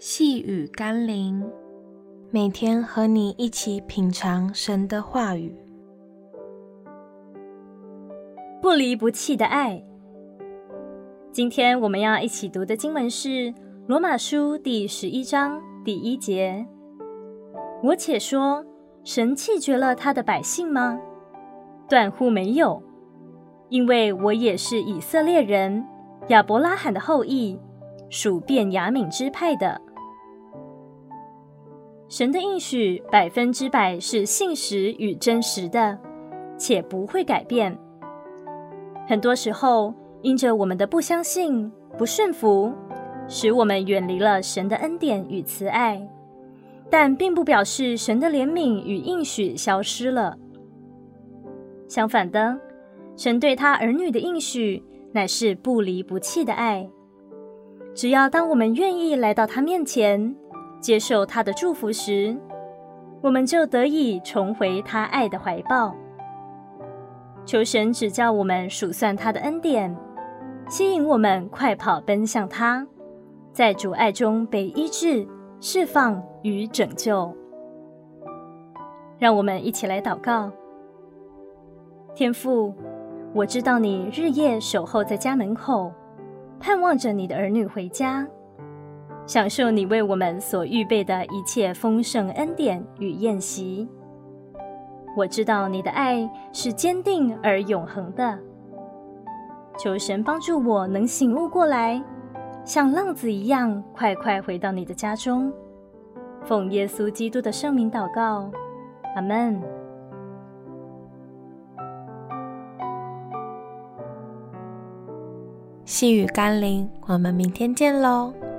细雨甘霖，每天和你一起品尝神的话语。 不离不弃的爱。今天我们要一起读的经文是罗马书第11章第1节。我且说，神弃绝了他的百姓吗？断乎没有，因为我也是以色列人，亚伯拉罕的后裔，属便雅悯支派的。神的应许100%是信实与真实的，且不会改变。很多时候，因着我们的不相信、不顺服，使我们远离了神的恩典与慈爱，但并不表示神的怜悯与应许消失了。相反的，神对他儿女的应许乃是不离不弃的爱。只要当我们愿意来到他面前，接受他的祝福时，我们就得以重回他爱的怀抱。求神指教我们数算他的恩典，吸引我们快跑奔向他，在主爱中被医治、释放与拯救。让我们一起来祷告。天父，我知道你日夜守候在家门口，盼望着你的儿女回家，享受你为我们所预备的一切丰盛恩典与宴席。我知道你的爱是坚定而永恒的，求神帮助我能醒悟过来，像浪子一样快快回到你的家中。奉耶稣基督的圣名祷告，阿们。 细雨甘霖，我们明天见喽。